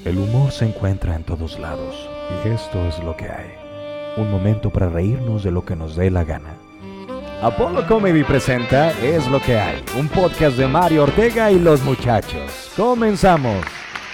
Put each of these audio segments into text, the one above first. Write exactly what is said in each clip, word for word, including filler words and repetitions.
El humor se encuentra en todos lados, y esto es lo que hay. Un momento para reírnos de lo que nos dé la gana. Apollo Comedy presenta Es lo que hay, un podcast de Mario Ortega y los muchachos. ¡Comenzamos!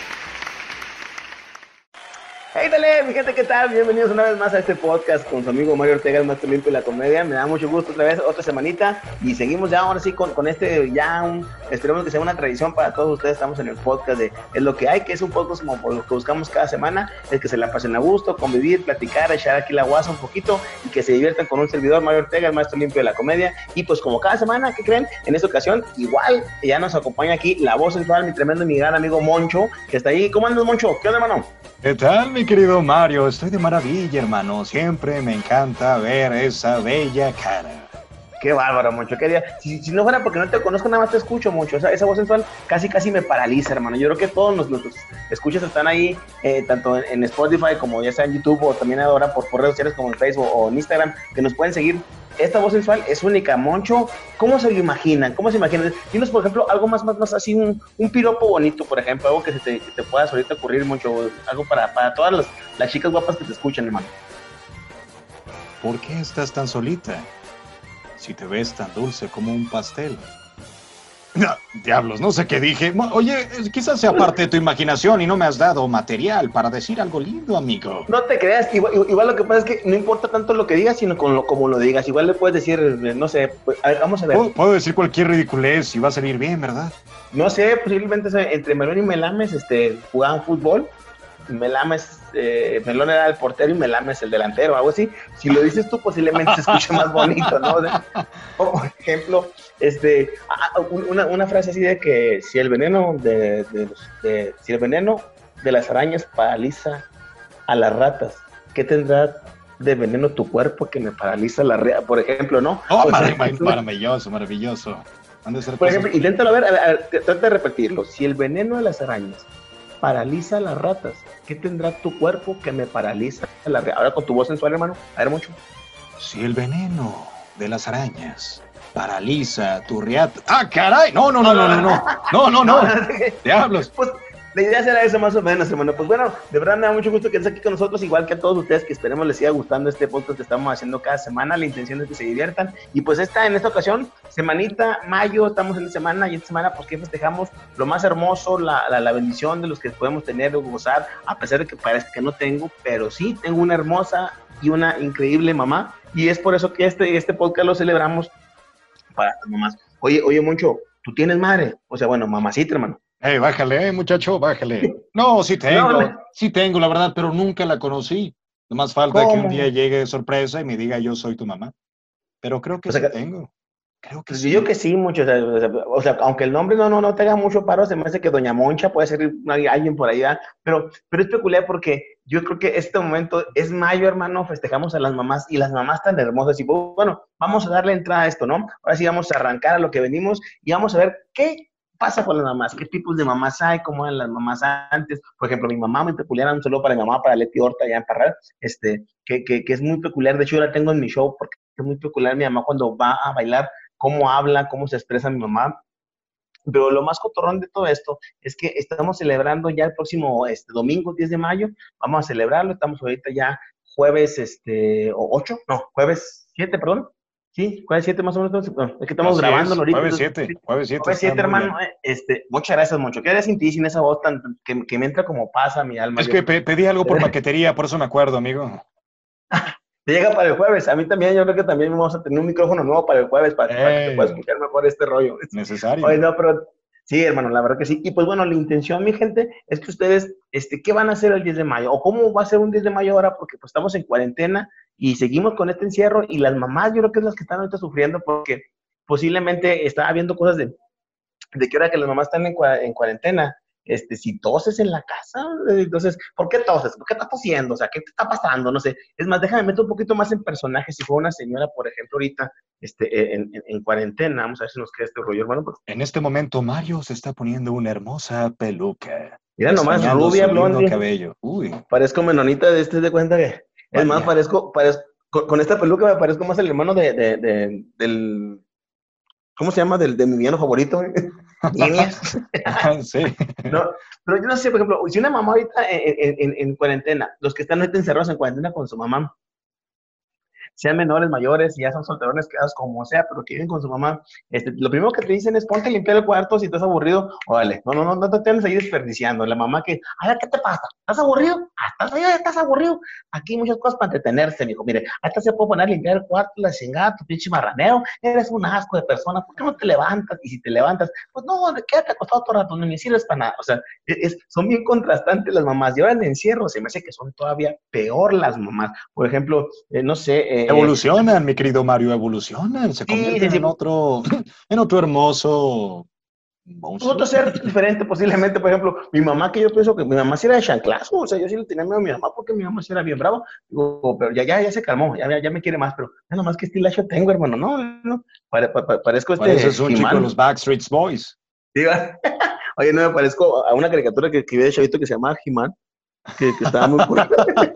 Hey, dale, mi gente, ¿qué tal? Bienvenidos una vez más a este podcast con su amigo Mario Ortega, el maestro limpio de la comedia. Me da mucho gusto otra vez, otra semanita, y seguimos ya ahora sí con, con este, ya un, esperemos que sea una tradición para todos ustedes. Estamos en el podcast de Es lo que hay, que es un podcast como por lo que buscamos cada semana, es que se la pasen a gusto, convivir, platicar, echar aquí la guasa un poquito, y que se diviertan con un servidor, Mario Ortega, el maestro limpio de la comedia. Y pues como cada semana, ¿qué creen? En esta ocasión, igual, ya nos acompaña aquí la voz sensual, mi tremendo y mi gran amigo Moncho, que está ahí. ¿Cómo andas, Moncho? ¿Qué onda, hermano? ¿Qué tal, mi querido Mario? Estoy de maravilla, hermano. Siempre me encanta ver esa bella cara. Qué bárbaro, Moncho. Qué día. Si, si no fuera porque no te conozco, nada más te escucho, Moncho. Esa, esa voz sensual casi, casi me paraliza, hermano. Yo creo que todos los, nuestros escuchas están ahí, eh, tanto en, en Spotify como ya sea en YouTube, o también ahora por, por redes sociales como en Facebook o en Instagram, que nos pueden seguir. Esta voz sensual es única, Moncho. ¿Cómo se lo imaginan? ¿Cómo se imaginan? Dinos, por ejemplo, algo más, más, más así, un, un piropo bonito, por ejemplo, algo que, se te, que te puedas ahorita ocurrir, Moncho. Algo para, para todas las, las chicas guapas que te escuchan, hermano. ¿Por qué estás tan solita? Si te ves tan dulce como un pastel. No, diablos, no sé qué dije. Oye, quizás sea parte de tu imaginación y no me has dado material para decir algo lindo, amigo. No te creas, igual, igual lo que pasa es que no importa tanto lo que digas, sino con lo, como lo digas. Igual le puedes decir, no sé, pues, a ver, vamos a ver. Puedo, puedo decir cualquier ridiculez y va a salir bien, ¿verdad? No sé, posiblemente entre Melón y Melames este, jugaban fútbol. Melames, eh, Melón era el portero y Melames el delantero, algo así. Si lo dices tú, posiblemente se escuche más bonito, ¿no? O sea, por ejemplo, este, una, una frase así de que si el veneno de, de, de, si el veneno de las arañas paraliza a las ratas, ¿qué tendrá de veneno tu cuerpo que me paraliza la rea? Por ejemplo, ¿no? Oh, o mar sea, mar maravilloso, maravilloso. Por ejemplo, inténtalo ver, a ver, a ver, trata de repetirlo. Si el veneno de las arañas paraliza a las ratas, ¿qué tendrá tu cuerpo que me paraliza la rea? Ahora con tu voz sensual, hermano, a ver, mucho. Si el veneno de las arañas paraliza tu riata... ¡Ah, caray! No, no, no, no, no, no, no, no, no, diablos. Pues la idea será eso más o menos, hermano. Pues bueno, de verdad me da mucho gusto que estés aquí con nosotros, igual que a todos ustedes, que esperemos les siga gustando este podcast que estamos haciendo cada semana. La intención es que se diviertan. Y pues esta, en esta ocasión, semanita, mayo, estamos en la semana, y esta semana pues que festejamos lo más hermoso, la, la, la bendición de los que podemos tener o gozar, a pesar de que parece que no tengo, pero sí tengo una hermosa y una increíble mamá. Y es por eso que este, este podcast lo celebramos para las mamás. Oye, oye, Moncho, ¿tú tienes madre? O sea, bueno, mamacita, hermano. Eh, hey, bájale, eh, muchacho, bájale. No, sí tengo, no, no. sí tengo, la verdad, pero nunca la conocí. No más falta ¿Cómo? Que un día llegue de sorpresa y me diga yo soy tu mamá. Pero creo que o sea, sí que, tengo. Creo que pues sí. Yo que sí, mucho. O sea, o, sea, o sea, aunque el nombre no, no, no tenga mucho paro, se me hace que Doña Moncha puede ser alguien por ahí, ¿verdad? Pero, pero es peculiar porque yo creo que este momento es mayo, hermano, festejamos a las mamás y las mamás tan hermosas. Y bueno, vamos a darle entrada a esto, ¿no? Ahora sí vamos a arrancar a lo que venimos y vamos a ver qué pasa con las mamás, qué tipos de mamás hay, cómo eran las mamás antes. Por ejemplo, mi mamá muy peculiar, un saludo para mi mamá, para Leti Horta allá en Parral, este, que, que, que es muy peculiar. De hecho, yo la tengo en mi show porque es muy peculiar mi mamá cuando va a bailar, cómo habla, cómo se expresa mi mamá. Pero lo más cotorrón de todo esto es que estamos celebrando ya el próximo este, domingo, diez de mayo, vamos a celebrarlo, estamos ahorita ya jueves este, ocho, no, jueves siete, perdón. Sí, jueves siete más o menos, es que estamos Así grabando es, ahorita. Jueves siete, jueves siete. Jueves siete, hermano, este, muchas gracias, mucho. ¿Qué harías sin ti, sin esa voz tan, que, que me entra como pasa a mi alma? Es que pe pedí algo por paquetería, por eso me acuerdo, amigo. Te llega para el jueves, a mí también, yo creo que también vamos a tener un micrófono nuevo para el jueves, para, para que te puedas escuchar mejor este rollo. Necesario. Oye, no, pero sí, hermano, la verdad que sí. Y pues bueno, la intención, mi gente, es que ustedes, este, ¿qué van a hacer el diez de mayo? ¿O cómo va a ser un diez de mayo ahora? Porque pues estamos en cuarentena y seguimos con este encierro y las mamás, yo creo que es las que están ahorita sufriendo porque posiblemente estaba viendo cosas de, de que ahora que las mamás están en, en cuarentena, este, si toses en la casa, entonces, ¿por qué toses? ¿Por qué estás tosiendo? O sea, ¿qué te está pasando? No sé. Es más, déjame meter un poquito más en personaje. Si fue una señora, por ejemplo, ahorita, este, en, en, en cuarentena, vamos a ver si nos queda este rollo, hermano. Porque... En este momento, Mario se está poniendo una hermosa peluca. Mira nomás, rubia, blondia. Cabello. Uy. Parezco menonita de este, de cuenta que, es más, parezco, parezco con, con esta peluca me parezco más el hermano de, de, de del, ¿cómo se llama? Del, de mi villano favorito. Líneas. Sí. No, pero yo no sé, por ejemplo, si una mamá ahorita en, en, en, en cuarentena, los que están ahorita encerrados en cuarentena con su mamá, sean menores, mayores, ya son solterones, quedados como sea, pero que viven con su mamá, este, lo primero que te dicen es ponte a limpiar el cuarto si estás aburrido, órale, no, no, no, no te tienes ahí desperdiciando, la mamá que, a ver, ¿qué te pasa? ¿Estás aburrido? Ah, ¿estás ahí? ¿Estás aburrido? Aquí hay muchas cosas para entretenerse, mijo, mire, hasta se puede poner a limpiar el cuarto, la chingada, tu pinche marraneo, eres un asco de persona, ¿por qué no te levantas? Y si te levantas, pues no, quédate acostado todo el rato, no me sirves para nada, o sea, es, son bien contrastantes las mamás, y ahora en el encierro se me hace que son todavía peor las mamás, por ejemplo, eh, no sé, eh, Evolucionan, mi querido Mario, evolucionan, se sí, sí, convierten sí. en otro, en otro hermoso monstruo. Otro ser diferente posiblemente, por ejemplo, mi mamá, que yo pienso que mi mamá sí era de chanclazo, o sea, yo sí le tenía miedo a mi mamá porque mi mamá sí era bien bravo, digo, pero ya, ya, ya se calmó, ya, ya me quiere más, pero ya nomás que estilacho tengo, hermano, no, no, pare, pare, parezco este Pareces un chico de He-Man. los Backstreet Boys. ¿Sí? Oye, no me parezco a una caricatura que, que vi de chavito que se llamaba He-Man, que, que estaba muy cool.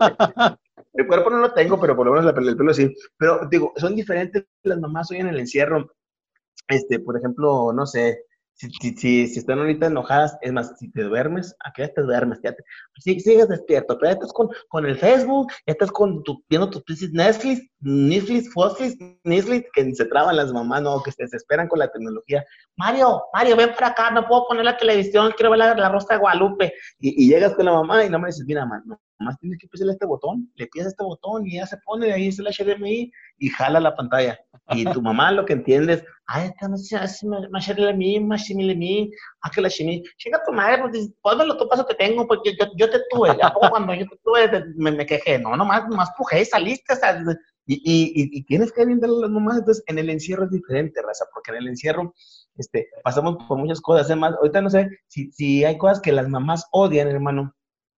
El cuerpo no lo tengo, pero por lo menos el pelo sí, pero digo, son diferentes las mamás hoy en el encierro. Este, por ejemplo, no sé, si, si, si, si están ahorita enojadas, es más, si te duermes, ¿a qué hora te duermes? Ya te, sí, sigues despierto, pero ya estás con, con el Facebook, ya estás con tu, viendo tus pinches Netflix, Netflix, Netflix, Netflix, que se traban las mamás, no, que se desesperan con la tecnología. Mario, Mario, ven para acá, no puedo poner la televisión, quiero ver la, la Rosa de Guadalupe. Y, y llegas con la mamá y no me dices, mira, man, no, nomás tienes que pisarle este botón, le pides este botón y ya se pone, de ahí es el H D M I y jala la pantalla. Y tu mamá lo que entiende es, ay, esta no se hace más de mí, más de mí, ah, que la chini, chinga tu madre, pues, ponme los topasos que tengo, porque yo, yo te tuve, ¿a poco cuando yo te tuve me, me quejé? No, nomás, nomás pujé y saliste, o sea, y, y, y tienes que avientarle a las mamás, entonces en el encierro es diferente, raza, porque en el encierro este, pasamos por muchas cosas, además, ahorita no sé si, si hay cosas que las mamás odian, hermano,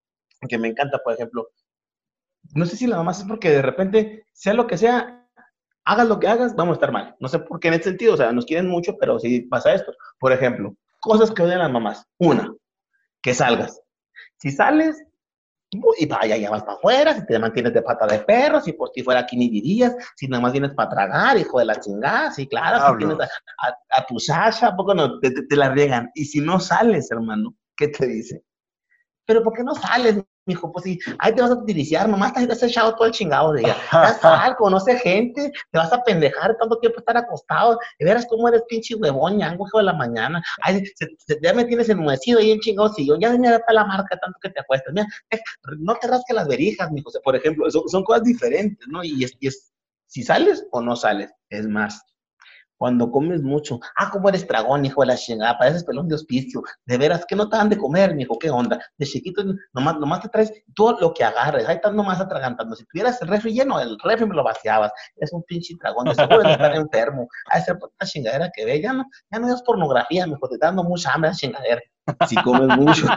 que me encanta, por ejemplo, no sé si la mamá es porque de repente, sea lo que sea, hagas lo que hagas, vamos a estar mal. No sé por qué en ese sentido, o sea, nos quieren mucho, pero sí pasa esto. Por ejemplo, cosas que odian las mamás. Una, que salgas. Si sales, y vaya, ya vas para afuera, si te mantienes de pata de perro, si por ti fuera aquí ni dirías, si nada más vienes para tragar, hijo de la chingada, sí, claro, si tienes a, a, a tu Sasha, ¿a poco no? Te, te, te la riegan. Y si no sales, hermano, ¿qué te dice? Pero ¿por qué no sales, mijo? Pues sí, ahí te vas a utilizar, mamá, te has echado todo el chingado de ella. Ya sal, conoce gente, te vas a pendejar tanto tiempo estar acostado. De veras, ¿cómo eres pinche huevón, ñango, hijo de la mañana? Ay, se, se, ya me tienes enmohecido ahí en chingado sillón, ya me da para la marca tanto que te acuestas. Mira, es, no te rasques las verijas, mijo. O sea, por ejemplo, son, son cosas diferentes, ¿no? Y es, y es si sales o no sales, es más. Cuando comes mucho, ah, cómo eres tragón, hijo de la chingada, pareces pelón de hospicio, de veras, ¿qué no te dan de comer, mijo? ¿Qué onda? De chiquito, nomás, nomás te traes todo lo que agarres, ahí estás nomás atragantando, si tuvieras el refri lleno, el refri me lo vaciabas, es un pinche tragón, de seguro de estar enfermo, a esa puta chingadera que ve, ya no, ya no es pornografía, mijo, te está dando mucha hambre esa chingadera, si comes mucho.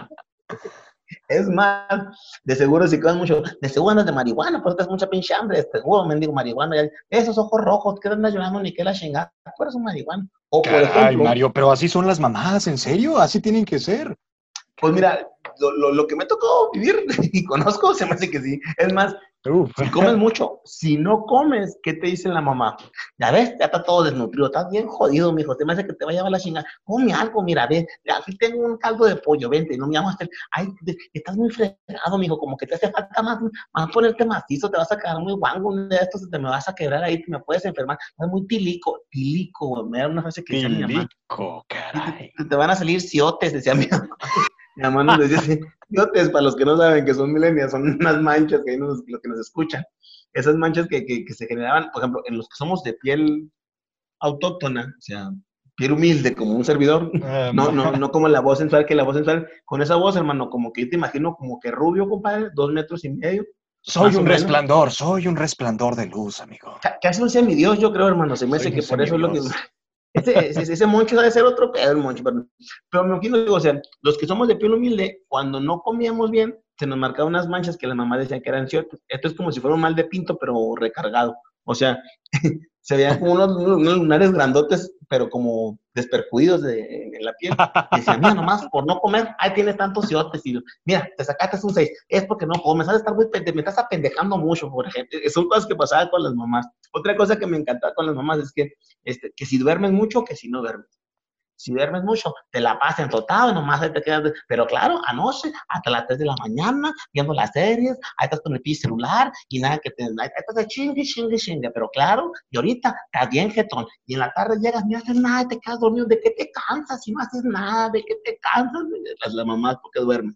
Es más, de seguro si comes mucho, de seguro andas de marihuana, porque estás mucha pinche hambre, de seguro, mendigo marihuana, ya, esos ojos rojos, ¿qué andas llorando ni qué la chingada? Tú eres un marihuana. O por Caray, ejemplo, Mario, pero así son las mamás, ¿en serio? Así tienen que ser. pues mira, lo, lo, lo que me tocó vivir y conozco, se me hace que sí. Es más, Uf. si comes mucho, si no comes, ¿qué te dice la mamá? Ya ves, ya está todo desnutrido, estás bien jodido, mijo, te me hace que te vaya a llevar la chingada. Come algo, mira, ve, aquí tengo un caldo de pollo, vente, no me llamas, ay, estás muy fregado, mijo, como que te hace falta más, más ponerte macizo, te vas a quedar muy guango, de estos te me vas a quebrar ahí, te me puedes enfermar, es muy tilico, tilico, me da una frase que decía mi mamá. Tilico, caray. Te, te van a salir ciotes, decía mi mamá. Mi mamá nos decía así, ciotes, para los que no saben que son millennials, son unas manchas que hay los, los que nos escuchan. Esas manchas que, que, que se generaban, por ejemplo, en los que somos de piel autóctona, o sea, piel humilde, como un servidor, Um, no, no, no como la voz sensual, que la voz sensual, con esa voz, hermano, como que yo te imagino como que rubio, compadre, dos metros y medio. Soy un resplandor, soy un resplandor de luz, amigo. Casi un semidios, yo creo, hermano, se me hace que por eso es lo que... Ese, ese, ese moncho debe ser otro pedo, el moncho, pero, pero me imagino, digo, o sea, los que somos de piel humilde, cuando no comíamos bien, se nos marcaban unas manchas que la mamá decía que eran ciertas. Esto es como si fuera un mal de pinto, pero recargado. O sea, se veían como unos, unos lunares grandotes, pero como despercudidos de, en la piel. Y decía, mira, nomás por no comer, ahí tienes tantos ciotes. Y mira, te sacaste un seis, es porque no comes, has de estar muy pende me estás apendejando mucho, por ejemplo. Son cosas que pasaban con las mamás. Otra cosa que me encantaba con las mamás es que, este, que si duermes mucho, que si no duermes. Si duermes mucho, te la pasas enfrotado y nomás ahí te quedas. Pero claro, anoche, hasta las tres de la mañana, viendo las series, ahí estás con el pinche celular y nada que te. Ahí estás de chingue, chingue, chingue. Pero claro, y ahorita estás bien jetón. Y en la tarde llegas, no haces nada, te quedas dormido. ¿De qué te cansas si no haces nada? ¿De qué te cansas? Las la mamás, ¿por qué duermes?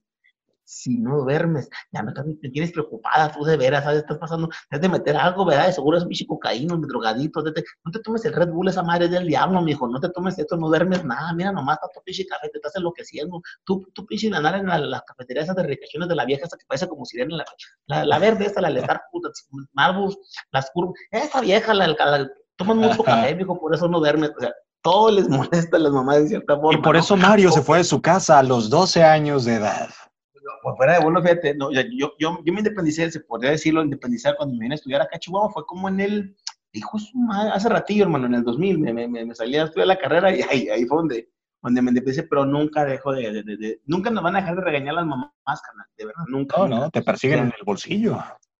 Si no duermes, ya me, me tienes preocupada, tú de veras, ¿sabes? Estás pasando, te has de meter algo, ¿verdad? De seguro es un bicho cocaína, un drogadito, te, te, no te tomes el Red Bull, esa madre es del diablo, mijo, no te tomes esto, no duermes nada, mira, nomás está tu pinche café, te estás enloqueciendo, tú, tú pinche ganar en la, las cafeterías esas de ricachones de la vieja, esa que parece como sirena, la, la, la verde esta, la Lestar, Marlboro, las curvas, esa vieja, la, la, la toman mucho café, mijo, por eso no duermes, o sea, todo les molesta a las mamás de cierta forma. Y por eso ¿no? Mario se fue de su casa a los doce años de edad. Pues fuera de bueno, fíjate, no, yo, yo, yo me independicé, se podría decirlo, independizar cuando me vine a estudiar acá a Chihuahua, fue como en el, hijo su madre, hace ratillo, hermano, en el dos mil, me, me, me salí a estudiar la carrera y ahí, ahí fue donde, donde me independicé, pero nunca dejo de, de, de, de, nunca nos van a dejar de regañar las mamás, carnal, de verdad, nunca. No, nunca. no, te persiguen o sea, en el bolsillo.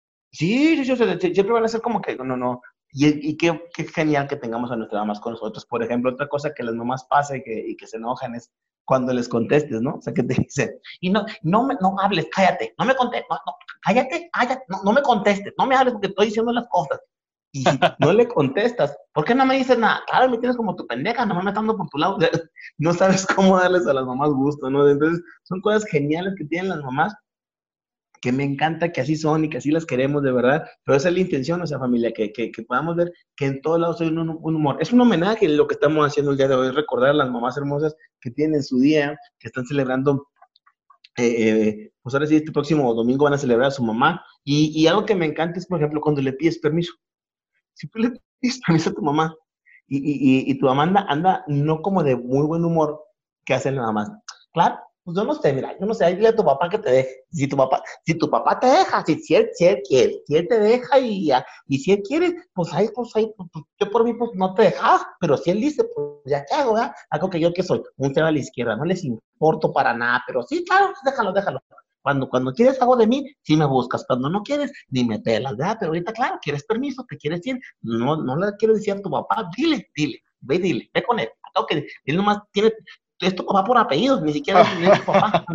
Sí, sí, sí, o sea, siempre van a ser como que, no, no, y, y qué, qué genial que tengamos a nuestras mamás con nosotros. Por ejemplo, otra cosa que las mamás pasa y que, y que se enojan es cuando les contestes, ¿no? O sea, que te dicen, y no, no, me, no hables, cállate, no me contestes, no, no, cállate, cállate, no, no me contestes, no me hables porque estoy diciendo las cosas. Y si no le contestas, ¿por qué no me dices nada? Claro, me tienes como tu pendeja, no me metas por tu lado. O sea, no sabes cómo darles a las mamás gusto, ¿no? Entonces, son cosas geniales que tienen las mamás, que me encanta que así son y que así las queremos de verdad, pero esa es la intención, o sea, familia, que, que, que podamos ver que en todos lados hay un, un humor. Es un homenaje lo que estamos haciendo el día de hoy, recordar a las mamás hermosas que tienen su día, que están celebrando, eh, eh, pues ahora sí, este próximo domingo van a celebrar a su mamá, y, y algo que me encanta es, por ejemplo, cuando le pides permiso. Si tú le pides permiso a tu mamá, y, y, y, y tu mamá anda, anda no como de muy buen humor, ¿qué hacen las mamás? Claro, pues yo no sé, mira, yo no sé, ahí dile a tu papá que te deje. Si tu papá, si tu papá te deja, si, si, él, si él quiere, si él te deja y, y si él quiere, pues ahí, pues ahí, pues, yo por mí pues no te dejaba, pero si él dice, pues ya qué hago, ¿verdad? Algo que yo que soy, un cero a la izquierda, no les importo para nada, pero sí, claro, déjalo, déjalo. Cuando, cuando quieres algo de mí, sí me buscas. Cuando no quieres, ni me pelas, ¿verdad? Pero ahorita, claro, quieres permiso, te quieres ir. No, no le quieres decir a tu papá, dile, dile, ve, dile, ve con él. Acá que él nomás tiene, es tu papá por apellidos, ni siquiera es tu papá.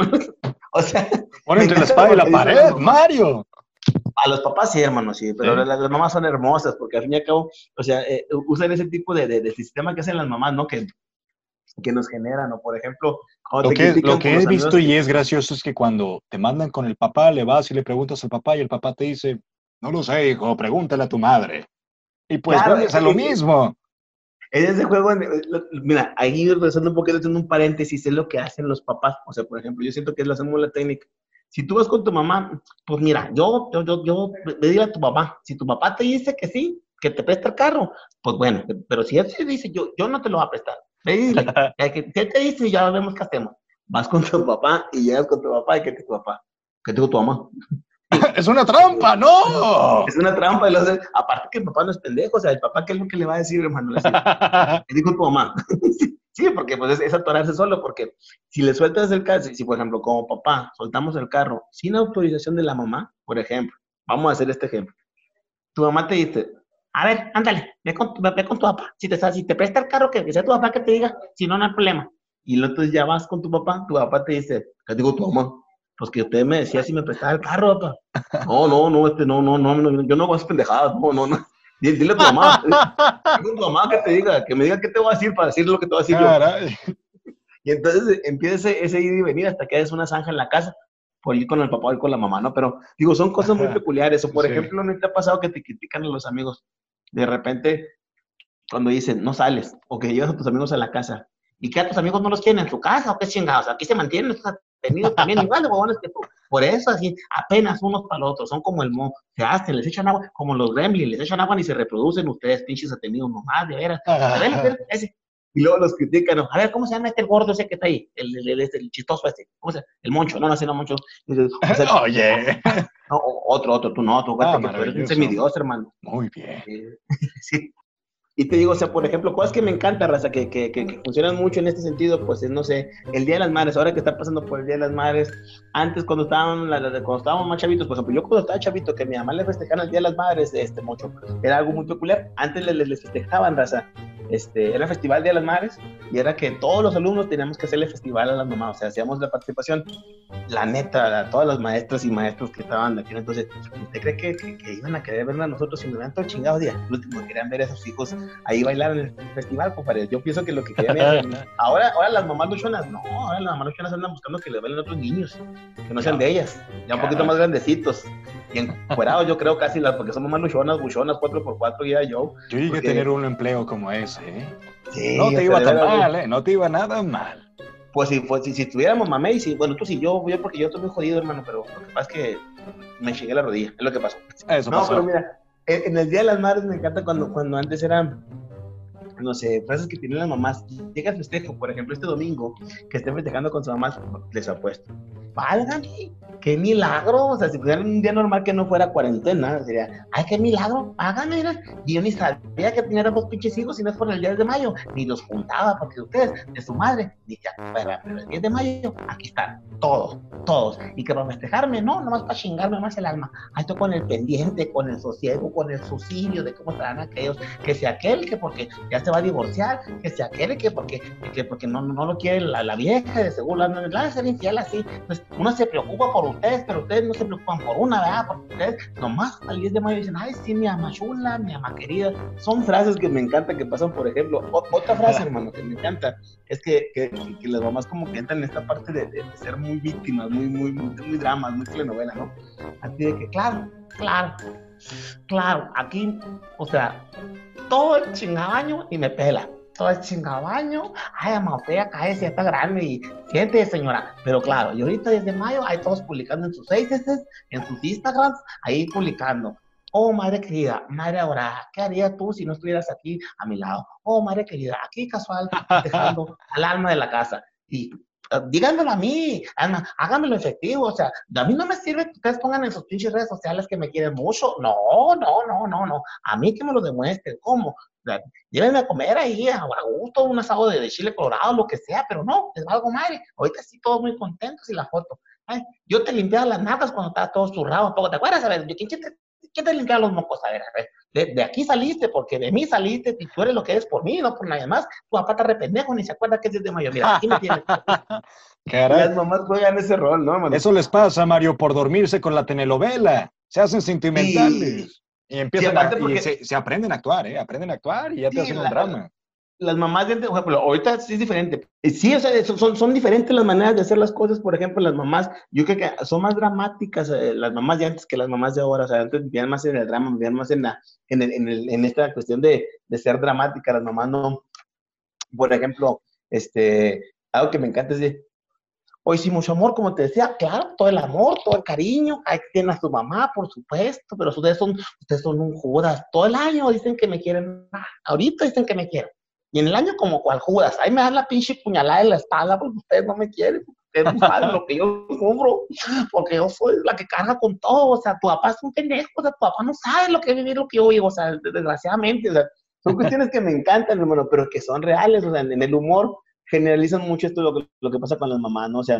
O sea, pon entre la espada y la pared, Mario. A los papás sí, hermano, sí, pero ¿sí? Las, las mamás son hermosas, porque al fin y al cabo, o sea, eh, usan ese tipo de, de, de sistema que hacen las mamás, ¿no? Que, que nos generan, ¿no? Por ejemplo, lo que, lo que he visto y que... es gracioso es que cuando te mandan con el papá, le vas y le preguntas al papá y el papá te dice, no lo sé, hijo, pregúntale a tu madre. Y pues claro, vuelves a lo mismo. En ese juego, mira, ahí regresando un poquito, haciendo un paréntesis, es lo que hacen los papás. O sea, por ejemplo, yo siento que es la hacemos la técnica. Si tú vas con tu mamá, pues mira, yo, yo, yo, yo, le digo a tu papá, si tu papá te dice que sí, que te presta el carro, pues bueno, pero si él te dice, yo, yo no te lo voy a prestar. Dile, que si él te dice, ya vemos qué hacemos. Vas con tu papá y llegas con tu papá y ¿qué te dice tu papá? ¿Qué te dijo tu mamá? Es una trampa, no. Es una trampa. Y lo hace, aparte que el papá no es pendejo, o sea, el papá, ¿qué es lo que le va a decir, hermano? ¿Qué dijo tu mamá? Sí, porque pues es, es atorarse solo, porque si le sueltas el carro, si, si por ejemplo como papá soltamos el carro sin autorización de la mamá, por ejemplo, vamos a hacer este ejemplo. Tu mamá te dice, a ver, ándale, ve con, ve con tu papá. Si te, si te presta el carro, que, que sea tu papá que te diga, si no, no hay problema. Y luego entonces ya vas con tu papá, tu papá te dice, ¿qué digo tu mamá? Pues que usted me decía si me prestaba el carro, papá. No, no, no, este, no, no, no, no, yo no hago esas pendejadas, no, no, no. Dile, dile a tu mamá, dile a tu mamá que te diga, que me diga qué te voy a decir para decirle lo que te voy a decir Caray. Yo. Y entonces empieza ese, ese ir y venir hasta que haces una zanja en la casa, por ir con el papá o ir con la mamá, ¿no? Pero, digo, son cosas muy peculiares. O, por sí. ejemplo, ¿no te ha pasado que te critican a los amigos? De repente, cuando dicen, no sales, o que llevas a tus amigos a la casa, y que a tus amigos no los quieren en su casa, o qué chingados, aquí se mantienen estos atenidos también igual de huevones que tú. Por eso, así, apenas unos para los otros, son como el mo, se hacen, les echan agua, como los gremlins, les echan agua y se reproducen ustedes, pinches atenidos nomás, de veras. Ah. Ese. Y luego los critican, ¿no? A ver, ¿cómo se llama este el gordo ese que está ahí? El, el, el, el chistoso este, ¿cómo se llama? El moncho, no, no sé, no, moncho. Dices, o sea, Oye. No, otro, otro, tú no, tú, ah, que tú eres un semidios, hermano. Muy bien. Sí. Y te digo, o sea, por ejemplo, cosas que me encanta, raza, que, que, que, que funcionan mucho en este sentido, pues es, no sé, el Día de las Madres, ahora que está pasando por el Día de las Madres, antes cuando estaban, la, la, cuando estábamos más chavitos, por ejemplo, yo cuando estaba chavito, que mi mamá le festejaban el Día de las Madres, este, mucho, era algo muy peculiar, antes les, les festejaban, raza, este, era el Festival Día de las Madres, y era que todos los alumnos teníamos que hacerle festival a las mamás, o sea, hacíamos la participación, la neta, a todas las maestras y maestros que estaban aquí, entonces, ¿usted cree que, que, que iban a querer vernos a nosotros si nos vean todo chingado día? El último, querían ver a sus hijos ahí bailar en el festival, compadre. Yo pienso que lo que querían era, ahora, ahora las mamás luchonas, no, ahora las mamás luchonas andan buscando que les bailen a otros niños, que no sean de ellas, ya un poquito más grandecitos, y encuerados, yo creo casi, las, porque somos más luchonas, buchonas, cuatro por cuatro, ya yo. Yo llegué porque... a tener un empleo como ese, ¿eh? Sí, no te iba tan verdad, mal, ¿eh? No te iba nada mal. Pues si, pues, si, si tuviéramos mamé, y si, bueno, tú sí, yo, yo porque yo estoy muy jodido, hermano, pero lo que pasa es que me chingué la rodilla, es lo que pasó. Eso no, pasó. pero mira, en, en el Día de las Madres me encanta cuando, cuando antes eran, no sé, frases que tienen las mamás. Llega el festejo, por ejemplo, este domingo, que estén festejando con su mamá, les apuesto. Válgame, qué milagro. O sea, si fuera un día normal que no fuera cuarentena, sería, ay, qué milagro, págame, mira. Y yo ni sabía que tenía dos pinches hijos, si no es por el diez de mayo, ni los juntaba, porque ustedes, de su madre, ni se acuerdan, pero el diez de mayo, aquí están, todos, todos. Y que para festejarme, no, nomás para chingarme más el alma. Ahí estoy con el pendiente, con el sosiego, con el suicidio de cómo estarán aquellos, que sea aquel que porque ya se va a divorciar, que sea aquel que porque, que porque no, no lo quiere la, la vieja, de seguro la va a ser infiel así. Pues uno se preocupa por ustedes, pero ustedes no se preocupan por una, ¿verdad? Porque ustedes nomás al diez de mayo dicen, ay, sí, mi ama chula, mi ama querida. Son frases que me encanta que pasan, por ejemplo. O, otra frase, hermano, que me encanta, es que, que, que, que las mamás como que entran en esta parte de, de, de ser muy víctimas, muy, muy, muy, muy dramas, muy telenovela, ¿no? Así de que, claro, claro, claro, aquí, o sea, todo el chingabaño y me pela. Todo el chingabaño, ay, ama, usted acá ya está grande y siente, señora. Pero claro, y ahorita desde mayo hay todos publicando en sus faces, en sus Instagrams, ahí publicando. Oh, madre querida, madre adorada, ¿qué harías tú si no estuvieras aquí a mi lado? Oh, madre querida, aquí casual, dejando al alma de la casa. Y uh, díganmelo a mí, alma, háganmelo efectivo, o sea, a mí no me sirve que ustedes pongan en sus pinches redes sociales que me quieren mucho. No, no, no, no, no. A mí que me lo demuestren. ¿Cómo? O sea, llévenme a comer ahí a gusto, un asado de, de chile colorado, lo que sea, pero no, les valgo madre. Ahorita sí todos muy contentos y la foto. Ay, yo te limpiaba las nalgas cuando estabas todo zurrado, ¿te acuerdas? A ver, ¿quién te, quién te limpiaba los mocos? A ver, a ver, de, de aquí saliste, porque de mí saliste, y tú eres lo que eres por mí, no por nadie más. Tu papá está rependejo, ni se acuerda que es desde mayo. Mira, aquí me tienes. Las mamás juegan ese rol, ¿no, hermano? Eso les pasa, Mario, por dormirse con la telenovela. Se hacen sentimentales. Sí. Y empiezan sí, a, porque, y se, se aprenden a actuar, ¿eh? Aprenden a actuar y ya sí, te hacen un la, drama. Las mamás de antes, por ejemplo, ahorita sí es diferente. Sí, o sea, son, son diferentes las maneras de hacer las cosas. Por ejemplo, las mamás, yo creo que son más dramáticas eh, las mamás de antes que las mamás de ahora. O sea, antes vivían más en el drama, vivían más en, la, en, el, en, el, en esta cuestión de, de ser dramática. Las mamás no. Por ejemplo, este, algo que me encanta es de, hoy sí, mucho amor, como te decía, claro, todo el amor, todo el cariño, ahí tienen a su mamá, por supuesto, pero ustedes son, ustedes son un Judas, todo el año dicen que me quieren, ahorita dicen que me quieren, y en el año como cual Judas, ahí me dan la pinche puñalada en la espalda, porque ustedes no me quieren, ustedes no saben lo que yo sufro, porque yo soy la que carga con todo, o sea, tu papá es un pendejo, o sea, tu papá no sabe lo que es vivir lo que yo vivo, o sea, desgraciadamente, o sea, son cuestiones que me encantan, hermano, pero que son reales, o sea, en el humor, generalizan mucho esto lo que, lo que pasa con las mamás, ¿no? O sea,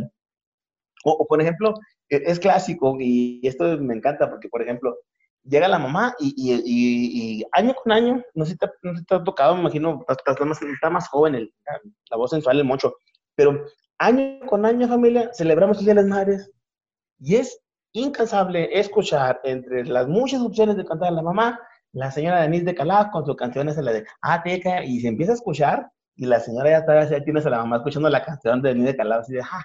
o, o por ejemplo, es clásico y esto me encanta porque, por ejemplo, llega la mamá y, y, y, y año con año, no sé si te, no sé si te ha tocado, me imagino, está más, está más joven, el, la, la voz sensual es mucho, pero año con año, familia, celebramos el Día de las Madres y es incansable escuchar entre las muchas opciones de cantar a la mamá, la señora Denise de Calaf con sus canciones en la de Ah, teca, y se empieza a escuchar y la señora ya está, ya tienes a la mamá escuchando la canción de Denise de Calaf, así de, ah,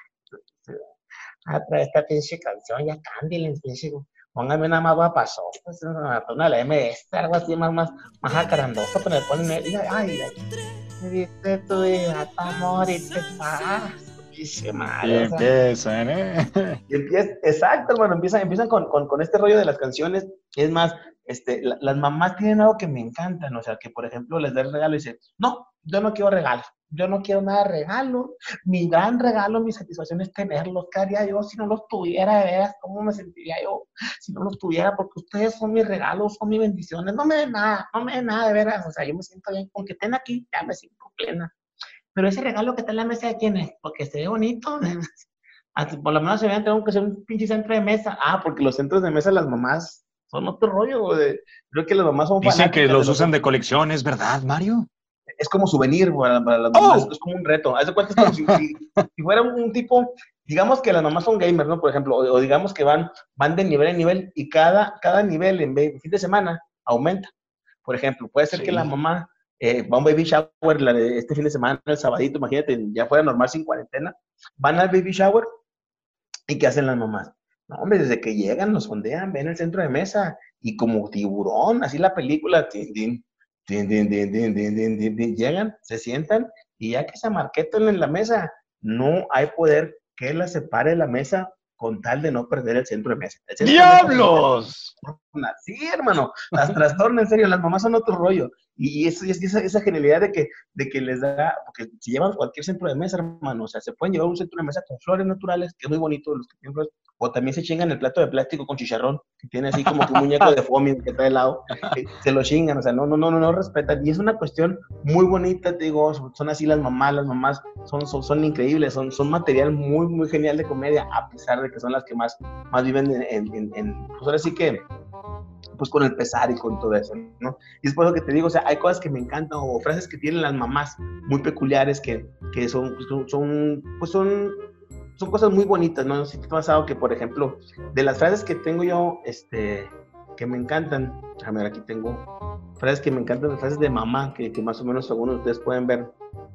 ah, trae esta pinche canción, ya cándile, pinche, póngame una más guapazosa, una la M S, algo así más, más, más acarandosa, pero le ponen, ay, ay, me diste tu vida, tu amor y te paz. Y empiezan, ¿eh? Y empieza, exacto, hermano, empiezan, empiezan con, con, con este rollo de las canciones. Es más, este, la, las mamás tienen algo que me encantan, o sea, que por ejemplo les da el regalo y dicen, no, yo no quiero regalo, yo no quiero nada de regalo, mi gran regalo, mi satisfacción es tenerlos. ¿Qué haría yo si no los tuviera de veras? ¿Cómo me sentiría yo si no los tuviera? Porque ustedes son mis regalos, son mis bendiciones, no me den nada, no me den nada de veras, o sea, yo me siento bien, con que estén aquí, ya me siento plena. Pero ese regalo que está en la mesa, ¿de quién es? Porque se ve bonito. Así, por lo menos se vean, tengo que ser un pinche centro de mesa. Ah, porque los centros de mesa, las mamás son otro rollo. De, creo que las mamás son Dicen que los usan de colección, ¿es verdad, Mario? es como souvenir para, para las mamás, Oh. es como un reto. Haz de cuenta, es como si, si, si fuera un tipo, digamos que las mamás son gamers, ¿no? Por ejemplo, o, o digamos que van, van de nivel en nivel y cada, cada nivel en vez- fin de semana aumenta. Por ejemplo, puede ser Sí. que la mamá eh, va a un baby shower la de este fin de semana, el sabadito, imagínate, ya fuera normal sin cuarentena, van al baby shower y ¿qué hacen las mamás? No, hombre, desde que llegan nos sondean, ven el centro de mesa y como tiburón, así la película, tin, tin, tin, tin, tin, tin, tin, tin, tin, tin, llegan, se sientan y ya que se marquetan en la mesa, no hay poder que la separe de la mesa con tal de no perder el centro de mesa. El centro de mesa ¡Diablos! sí, hermano, las trastornan, en serio, las mamás son otro rollo. Y, y eso, y esa, esa genialidad de que, de que les da, porque si llevan cualquier centro de mesa, hermano, o sea, se pueden llevar un centro de mesa con flores naturales, que es muy bonito, los que tienen flores, o también se chingan el plato de plástico con chicharrón, que tiene así como que un muñeco de foamy que trae helado, eh, se lo chingan, o sea, no, no, no, no, no respetan. Y es una cuestión muy bonita, te digo, son, son así las mamás, las mamás son, son, son increíbles, son, son material muy, muy genial de comedia, a pesar de que son las que más, más viven en, en, en, en pues ahora sí que pues con el pesar y con todo eso, ¿no? Y es por eso que te digo, o sea, hay cosas que me encantan o frases que tienen las mamás muy peculiares que, que son, son, son, pues son, son cosas muy bonitas, ¿no? No sé si te ha pasado que, por ejemplo, de las frases que tengo yo, este, que me encantan, a ver, aquí tengo frases que me encantan, frases de mamá, que, que más o menos algunos de ustedes pueden ver.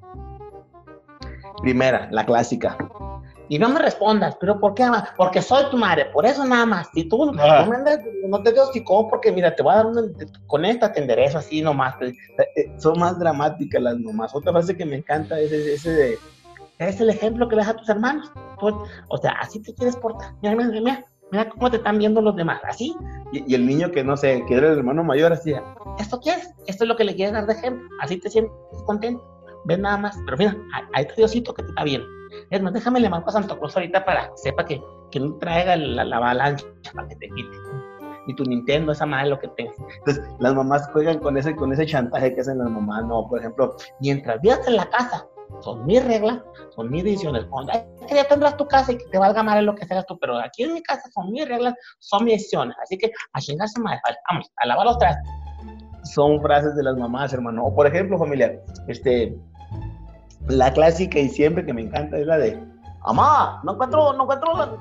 Primera, la clásica. Y no me respondas, pero ¿por qué? Porque soy tu madre, por eso nada más. Si tú Ah. no me andas, no te digo psicólogo, porque mira, te voy a dar una, con esta te enderezo así nomás. Te, eh, son más dramáticas las nomás. Otra frase que me encanta es ese, ese de, es el ejemplo que le das a tus hermanos. Tú, o sea, así te quieres portar. Mira, mira, mira, mira cómo te están viendo los demás, así. Y, y el niño que no sé, que era el hermano mayor, así, ¿esto quieres? Esto es lo que le quieres dar de ejemplo. Así te sientes contento. Ven nada más. Pero mira, ahí está Diosito que te está viendo. Es más, déjame le marco a Santa Claus ahorita para que sepa que, que no traiga la, la avalancha para que te quite. Y tu Nintendo, esa madre, lo que tengas. Entonces, las mamás juegan con ese, con ese chantaje que hacen las mamás. No, por ejemplo, mientras vivas en la casa, son mis reglas, son mis decisiones. Cuando hay que ya tendrás tu casa y que te valga madre lo que hagas tú, pero aquí en mi casa son mis reglas, son mis decisiones. Así que a chingarse madre, vamos, a lavar los trastes. Son frases de las mamás, hermano. O por ejemplo, familia, este, la clásica y siempre que me encanta es la de, mamá, no encuentro, no encuentro la,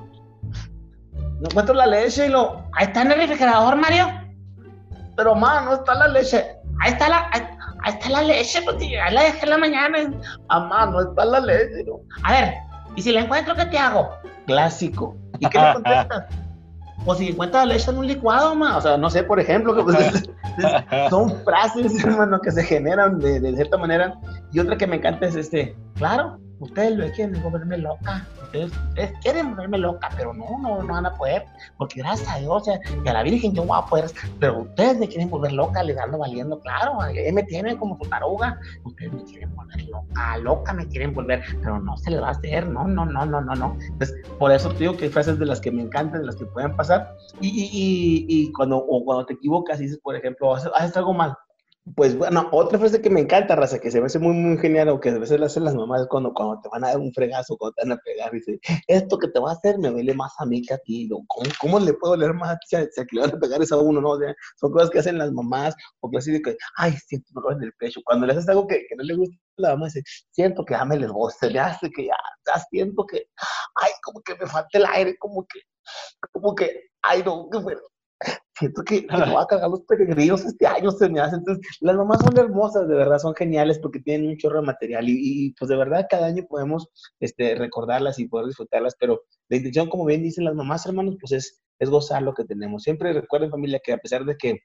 no encuentro la leche y lo, ahí está en el refrigerador, Mario. Pero mamá, no está la leche. Ahí está la, ahí, ahí está la leche, pues, ahí la dejé en la mañana. Mamá, no está la leche. No. A ver, ¿y si la encuentro, qué te hago? Clásico. ¿Y qué le contestas? Pues si encuentras la leche en un licuado, ma. O sea, no sé, por ejemplo, que, pues, es, es, son frases, hermano, que se generan de, de cierta manera. Y otra que me encanta es este, claro, ustedes lo quieren volverme loca. Ustedes, ustedes quieren volverme loca, pero no, no, no van a poder. Porque gracias a Dios y a la Virgen yo voy a poder. Pero ustedes me quieren volver loca, les ando valiendo, claro. Ahí me tienen como su taruga. Ustedes me quieren volver loca, loca me quieren volver. Pero no se les va a hacer, no, no, no, no, no, no. Entonces, por eso te digo que hay frases de las que me encantan, de las que pueden pasar. Y, y, y, y cuando, o cuando te equivocas y dices, por ejemplo, haces, haces algo mal. Pues bueno, otra frase que me encanta, raza, que se me hace muy, muy genial, o que a veces la hacen las mamás cuando, cuando te van a dar un fregazo, cuando te van a pegar, dice, esto que te va a hacer me duele más a mí que a ti. ¿Cómo, cómo le puedo doler más a ti si, si le van a pegar eso a uno? ¿No? O sea, son cosas que hacen las mamás, o que así de que, ay, siento dolor en el pecho. Cuando le haces algo que, que no le gusta a la mamá, dice, siento que dame el voz, se me hace que ya, ya siento que, ay, como que me falta el aire, como que, como que, ay, no, que bueno. Siento que, que me voy a cargar los peregrinos este año, se me hace. Entonces, las mamás son hermosas, de verdad, son geniales porque tienen un chorro de material y, y pues de verdad cada año podemos este, recordarlas y poder disfrutarlas, pero la intención, como bien dicen las mamás, hermanos, pues es, es gozar lo que tenemos. Siempre recuerden, familia, que a pesar de que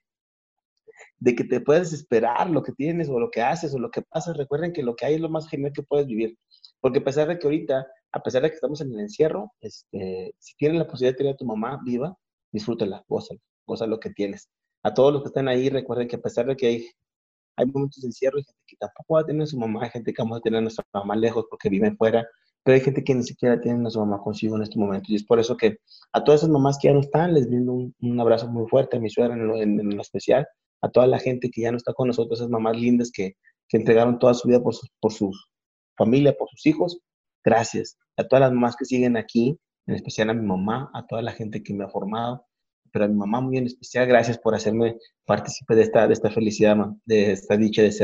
de que te puedes esperar lo que tienes o lo que haces o lo que pasa, recuerden que lo que hay es lo más genial que puedes vivir. Porque a pesar de que ahorita, a pesar de que estamos en el encierro, este, si tienes la posibilidad de tener a tu mamá viva, disfrútala, gózala, goza lo que tienes. A todos los que están ahí, recuerden que a pesar de que hay, hay momentos de encierro, hay gente que tampoco va a tener a su mamá, hay gente que vamos a tener a nuestra mamá lejos porque viven fuera, pero hay gente que ni siquiera tiene a su mamá consigo en este momento. Y es por eso que a todas esas mamás que ya no están, les brindo un, un abrazo muy fuerte, a mi suegra en lo, en, en lo especial, a toda la gente que ya no está con nosotros, esas mamás lindas que, que entregaron toda su vida por su, por su familia, por sus hijos, gracias. A todas las mamás que siguen aquí, en especial a mi mamá, a toda la gente que me ha formado, pero a mi mamá muy en especial, gracias por hacerme partícipe de esta, de esta felicidad, de esta dicha de ser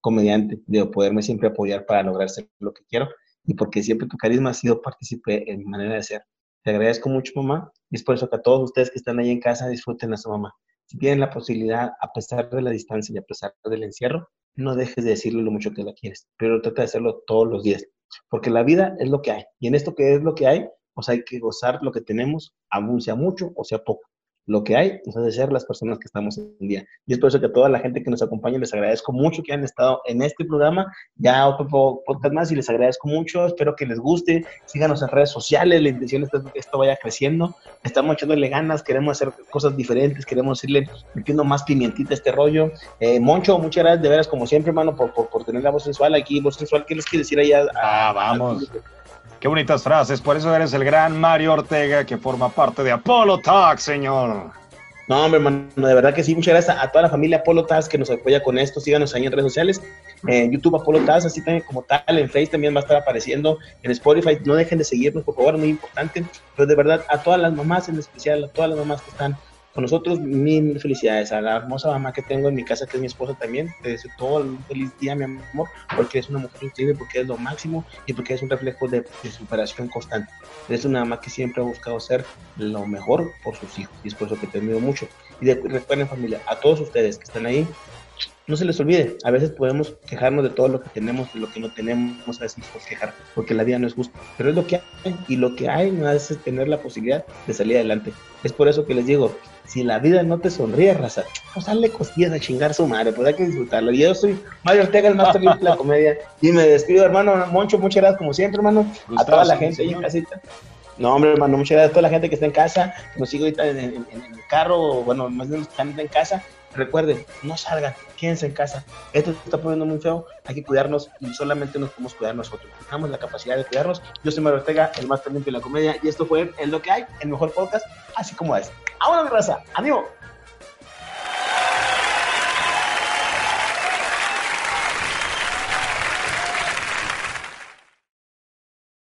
comediante, de poderme siempre apoyar para lograr ser lo que quiero, y porque siempre tu carisma ha sido partícipe en mi manera de ser. Te agradezco mucho, mamá, y es por eso que a todos ustedes que están ahí en casa disfruten a su mamá. Si tienen la posibilidad, a pesar de la distancia y a pesar del encierro, no dejes de decirle lo mucho que la quieres, pero trata de hacerlo todos los días, porque la vida es lo que hay, y en esto que es lo que hay, pues hay que gozar lo que tenemos, aún sea mucho o sea poco. Lo que hay nos hace ser las personas que estamos en el día. Y es por eso que a toda la gente que nos acompaña les agradezco mucho que han estado en este programa, ya otro podcast más, y les agradezco mucho, espero que les guste, síganos en redes sociales, la intención es que esto vaya creciendo, estamos echándole ganas, queremos hacer cosas diferentes, queremos irle metiendo más pimientita a este rollo. Eh, Moncho, muchas gracias de veras, como siempre, hermano, por, por, por tener la voz sensual aquí, voz sensual, ¿qué les quiere decir allá? Ah, vamos. Qué bonitas frases, por eso eres el gran Mario Ortega, que forma parte de Apollo Talk, señor. No, hombre, hermano, de verdad que sí, muchas gracias a toda la familia Apollo Taz que nos apoya con esto, síganos ahí en redes sociales, en YouTube Apollo Taz, así también como tal, en Facebook también va a estar apareciendo, en Spotify, no dejen de seguirnos, por favor, muy importante, pero de verdad, a todas las mamás en especial, a todas las mamás que están con nosotros, mil, mil felicidades, a la hermosa mamá que tengo en mi casa, que es mi esposa también, te deseo todo un feliz día, mi amor, porque es una mujer increíble, porque es lo máximo y porque es un reflejo de, de superación constante. Es una mamá que siempre ha buscado ser lo mejor por sus hijos, y es por eso que te admiro mucho. Y de, recuerden, familia, a todos ustedes que están ahí, no se les olvide, a veces podemos quejarnos de todo lo que tenemos, de lo que no tenemos, a veces nos podemos quejar, porque la vida no es justa, pero es lo que hay, y lo que hay nos hace tener la posibilidad de salir adelante. Es por eso que les digo, si la vida no te sonríe, raza, pues dale cosquillas a chingar su madre, pues hay que disfrutarlo. Y yo soy Mario Ortega, el más feliz de la comedia, y me despido, hermano Moncho, muchas gracias como siempre, hermano, Gustazo, a toda la gente ahí en casita. No, hombre, hermano, muchas gracias a toda la gente que está en casa, que nos sigue ahorita en, en, en el carro, o bueno, más bien los que están en casa. Recuerden, no salgan, quédense en casa. Esto se está poniendo muy feo, hay que cuidarnos y solamente nos podemos cuidar nosotros. Tenemos la capacidad de cuidarnos. Yo soy Mario Ortega, el más limpio de la comedia, y esto fue En Lo Que Hay, el mejor podcast, así como es. ¡Vámonos, mi raza! ¡Ánimo!